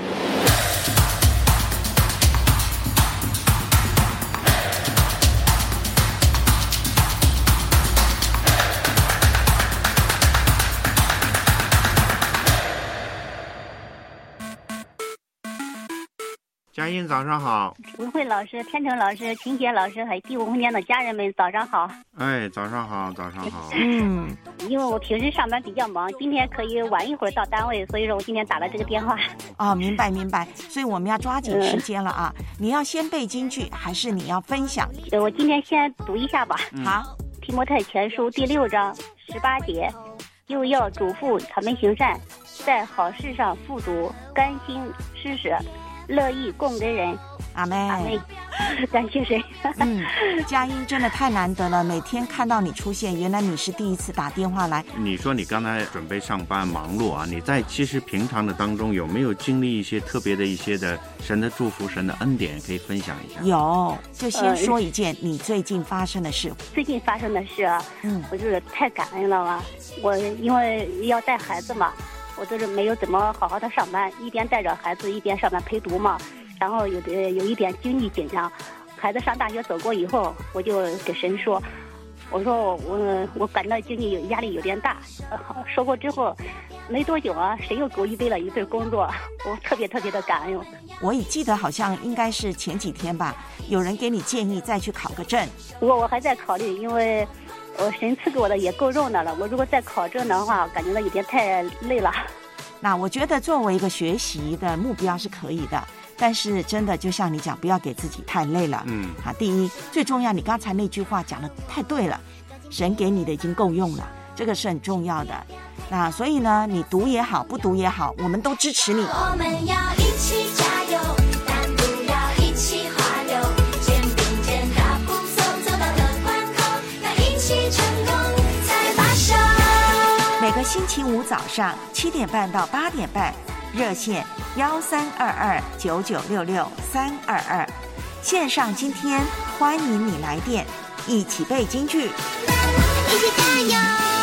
佳音早上好， 文慧老师、天成老师、秦杰老师还有第五空间的家人们早上好。 早上好，早上好。 因为我平时上班比较忙，今天可以晚一会儿到单位，所以说我今天打了这个电话。 明白。所以我们要抓紧时间了啊！你要先背京剧，还是你要分享？ 我今天先读一下吧。 好， 提摩太前书第6章18节，又要嘱咐他们行善，在好事上富足，甘心施舍，乐意供给人。 阿妹， 感谢谁？ 佳音真的太难得了，每天看到你出现，原来你是第一次打电话来。 你说你刚才准备上班忙碌啊，你在其实平常的当中有没有经历一些特别的一些的神的祝福、神的恩典，可以分享一下？ 有，就先说一件你最近发生的事。 最近发生的事啊，我就是太感恩了嘛。我因为要带孩子嘛，我就是没有怎么好好的上班，一边带着孩子一边上班陪读嘛。然后有一点经济紧张，孩子上大学走过以后，我就给神说，我说我感到经济压力有点大。说过之后，没多久啊，神又给我预备了一份工作，我特别的感恩。 我也记得好像应该是前几天吧，有人给你建议再去考个证。 我还在考虑，因为神赐给我的也够用的了，我如果再考证的话，感觉到有点太累了。 那我觉得作为一个学习的目标是可以的，但是真的就像你讲，不要给自己太累了。第一，最重要，你刚才那句话讲得太对了，神给你的已经够用了，这个是很重要的。那所以呢，你读也好，不读也好，我们都支持你。 我们要一起加油，但不要一起滑溜，肩并肩大步走，走到了关口，要一起成功才罢手。 每个星期五早上7点半到8点半，热线13229966-322，线上今天欢迎你来电，一起背京剧， 一起加油，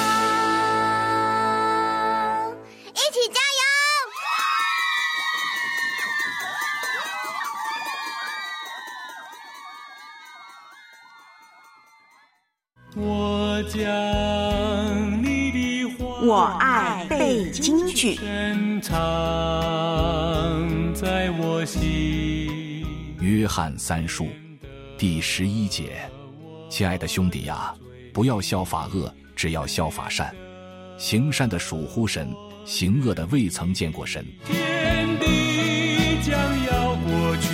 一起加油。我将你的话， 我爱背京剧， 深藏在我心。 约翰3书第11节，亲爱的兄弟呀，不要效法恶，只要效法善。行善的属乎神，行恶的未曾见过神。 天地将要过去，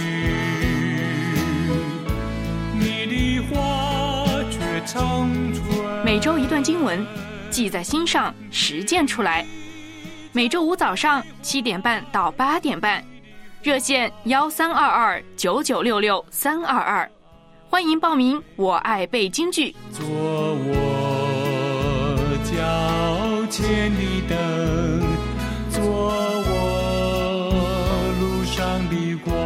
你的话却长存。 每周一段经文，记在心上，实践出来。每周五早上7点半到8点半，热线13229966-322， 欢迎报名，我爱背京剧。 做我脚前的灯，做我路上的光。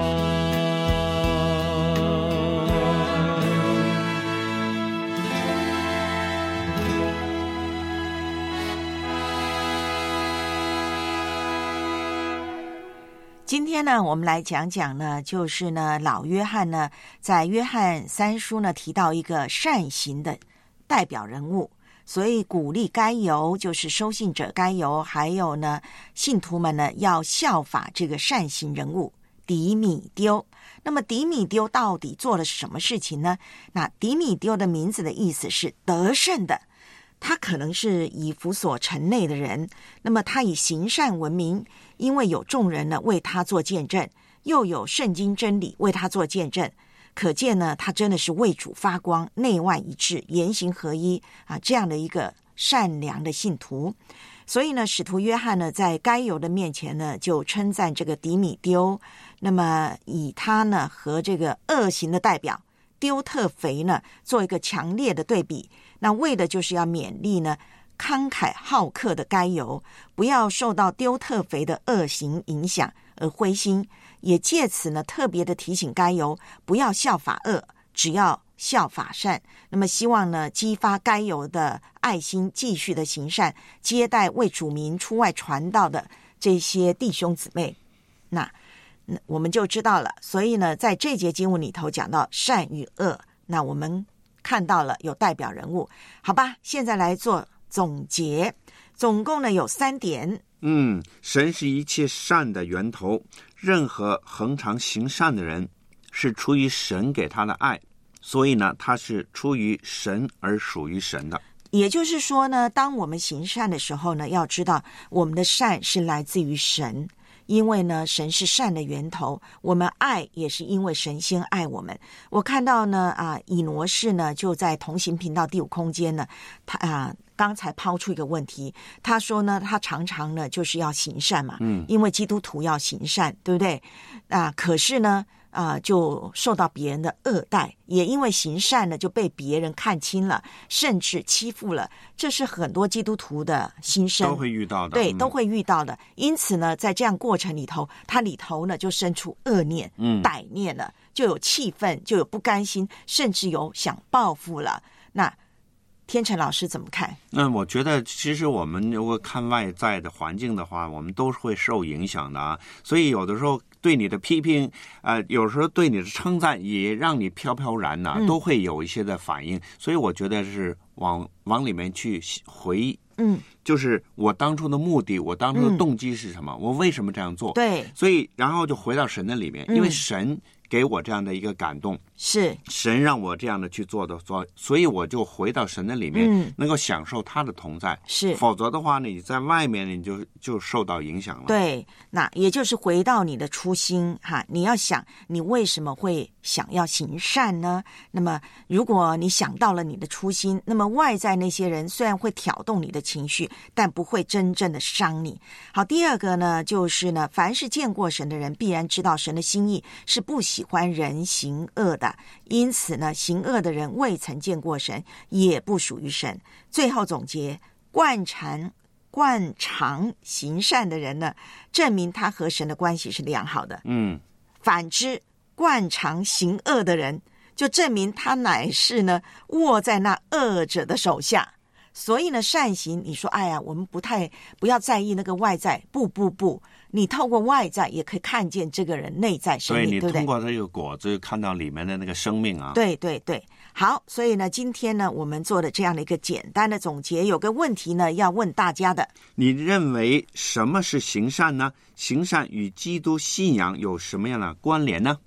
今天呢，我们来讲讲呢，就是呢，老约翰呢，在约翰3书呢提到一个善行的代表人物，所以鼓励该犹，就是收信者该犹，还有呢，信徒们呢要效法这个善行人物迪米丢。那么迪米丢到底做了什么事情呢？那迪米丢的名字的意思是得胜的。他可能是以弗所城内的人，那么他以行善闻名，因为有众人呢为他做见证，又有圣经真理为他做见证，可见呢他真的是为主发光，内外一致，言行合一啊，这样的一个善良的信徒。所以呢，使徒约翰呢在该犹的面前呢就称赞这个迪米丢，那么以他呢和这个恶行的代表丢特腓呢做一个强烈的对比，那为的就是要勉励呢慷慨好客的该犹，不要受到丢特腓的恶行影响而灰心，也借此呢特别的提醒该犹不要效法恶，只要效法善。那么希望呢激发该犹的爱心，继续的行善，接待为主名出外传道的这些弟兄姊妹。那我们就知道了，所以呢在这节经文里头讲到善与恶，那我们看到了有代表人物。好吧，现在来做总结，总共呢有3点。 神是一切善的源头，任何恒常行善的人是出于神给他的爱，所以呢他是出于神而属于神的。 也就是说呢，当我们行善的时候呢，要知道我们的善是来自于神，因为呢神是善的源头，我们爱也是因为神先爱我们。我看到呢以挪士呢就在同行频道第5空间呢，他刚才抛出一个问题，他说呢他常常呢就是要行善嘛，因为基督徒要行善，对不对可是呢就受到别人的恶待，也因为行善呢就被别人看清了，甚至欺负了，这是很多基督徒的心声， 都会遇到的。 对，都会遇到的。因此呢在这样过程里头，他里头呢就生出恶念歹念了，就有气愤，就有不甘心，甚至有想报复了。那天成老师怎么看？ 我觉得其实我们如果看外在的环境的话，我们都会受影响的所以有的时候对你的批评有时候对你的称赞也让你飘飘然都会有一些的反应。所以我觉得是往里面去回忆就是我当初的目的，我当初的动机是什么，我为什么这样做。 对， 所以然后就回到神的里面，因为神给我这样的一个感动， 是神让我这样的去做的，所以我就回到神的里面，能够享受他的同在。 是， 否则的话呢，你在外面你就受到影响了。 对，那也就是回到你的初心你要想你为什么会想要行善呢？那么如果你想到了你的初心，那么外在那些人虽然会挑动你的情绪，但不会真正的伤你。好，第二个呢就是呢，凡是见过神的人必然知道神的心意是不喜欢人行恶的，因此呢行恶的人未曾见过神，也不属于神。最后总结，惯常行善的人呢，证明他和神的关系是良好的。反之惯常行恶的人，就证明他乃是呢握在那恶者的手下。所以呢善行，你说我们不要在意那个外在，不，你透过外在也可以看见这个人内在生命， 所以你通过这个果子看到里面的那个生命对。好，所以呢今天呢我们做的这样的一个简单的总结，有个问题呢要问大家的， 你认为什么是行善呢？行善与基督信仰有什么样的关联呢？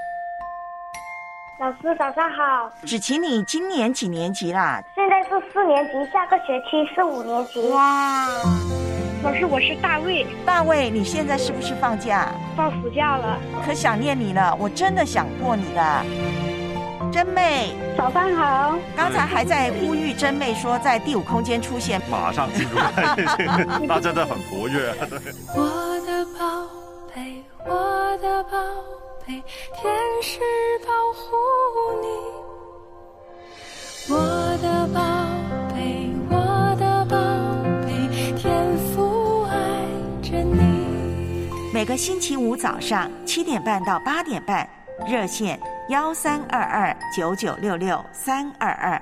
老师早上好。 芷琪，你今年几年级啦？ 现在是4年级，下个学期是5年级。 哇！ 老师，我是大卫。 大卫，你现在是不是放假？ 放暑假了。 可想念你了，我真的想过你的。真妹， 早上好。 刚才还在呼吁真妹说在第5空间出现， 马上进入他真的很活跃。 我的宝贝，我的宝贝，天使保护你。 每个星期五早上7点半到8点半，热线13229966-322。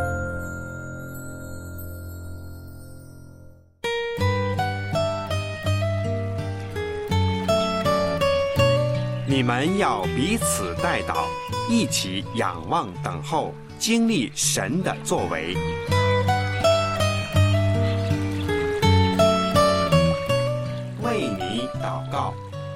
你们要彼此代祷，一起仰望等候，经历神的作为。为你祷告。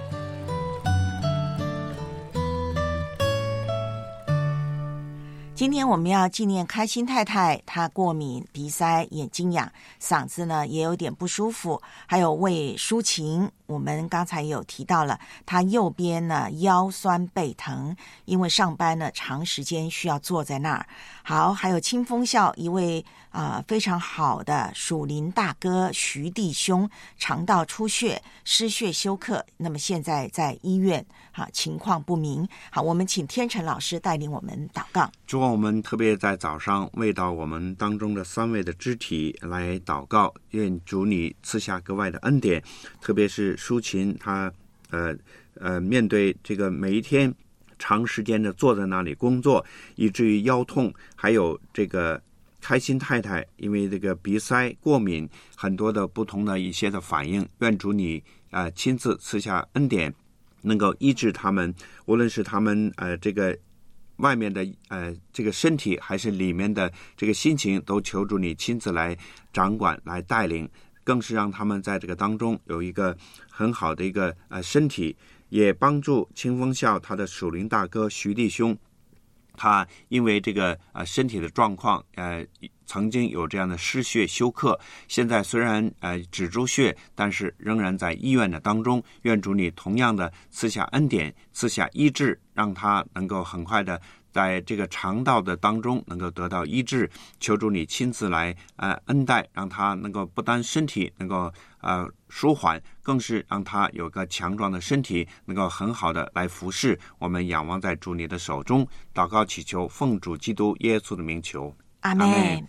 今天我们要纪念开心太太，她过敏、鼻塞、眼睛痒，嗓子呢也有点不舒服。还有为抒情，我们刚才有提到了，她右边呢腰酸背疼，因为上班呢长时间需要坐在那儿。好，还有清风校一位非常好的属灵大哥徐弟兄，肠道出血、失血休克，那么现在在医院，情况不明。好，我们请天成老师带领我们祷告。 主啊，我们特别在早上为到我们当中的3位的肢体来祷告，愿主你赐下格外的恩典，特别是抒琴，他面对这个每一天长时间的坐在那里工作，以至于腰痛，还有这个开心太太因为这个鼻塞过敏，很多的不同的一些的反应，愿主你亲自赐下恩典，能够医治他们，无论是他们这个外面的这个身体，还是里面的这个心情，都求主你亲自来掌管来带领，更是让他们在这个当中有一个很好的一个身体，也帮助清风校他的属灵大哥徐弟兄，他因为这个身体的状况曾经有这样的失血休克，现在虽然止住血，但是仍然在医院的当中，愿主你同样的赐下恩典，赐下医治，让他能够很快的在这个肠道的当中能够得到医治，求主你亲自来恩待，让他能够不单身体能够舒缓，更是让他有个强壮的身体，能够很好的来服侍我们。仰望在主你的手中，祷告祈求，奉主基督耶稣的名求， 阿们。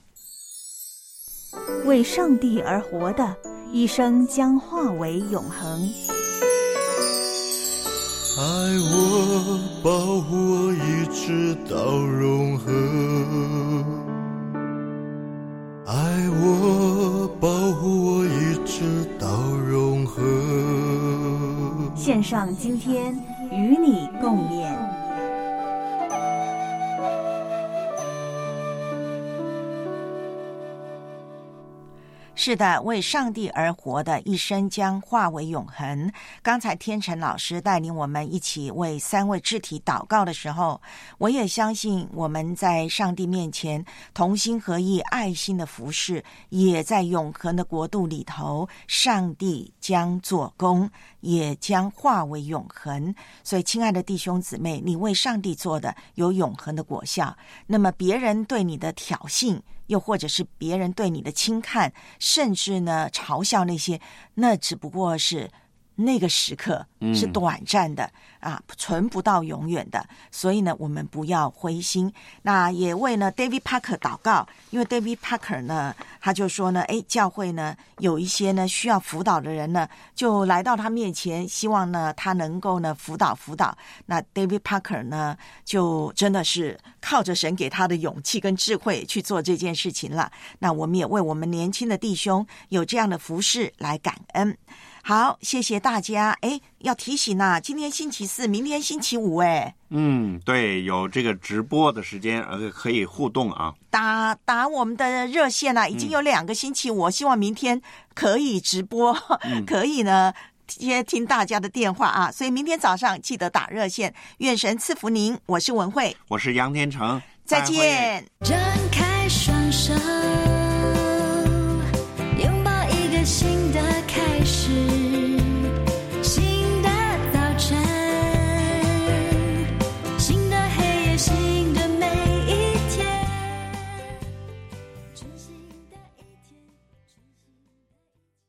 为上帝而活的一生将化为永恒。 爱我，保护我，一直到永恒。爱我，保护我，一直到永恒。 献上今天与你共勉。 是的，为上帝而活的一生将化为永恒。刚才天成老师带领我们一起为3位肢体祷告的时候，我也相信我们在上帝面前同心合意爱心的服事，也在永恒的国度里头，上帝将做工，也将化为永恒。所以亲爱的弟兄姊妹，你为上帝做的有永恒的果效，那么别人对你的挑衅，又或者是别人对你的轻看，甚至呢嘲笑，那些那只不过是那个时刻，是短暂的存不到永远的。所以呢我们不要灰心。那也为呢 David Parker 祷告，因为 David Parker 呢他就说呢教会呢有一些呢需要辅导的人呢，就来到他面前，希望呢他能够呢辅导。那 David Parker 呢就真的是靠着神给他的勇气跟智慧去做这件事情了。那我们也为我们年轻的弟兄有这样的服事来感恩。好，谢谢大家。要提醒今天星期4，明天星期5。 对，有这个直播的时间，可以互动啊。 打我们的热线已经有2个星期，我希望明天可以直播，可以呢接听大家的电话所以明天早上记得打热线。愿神赐福您，我是文慧， 我是杨天成， 再见。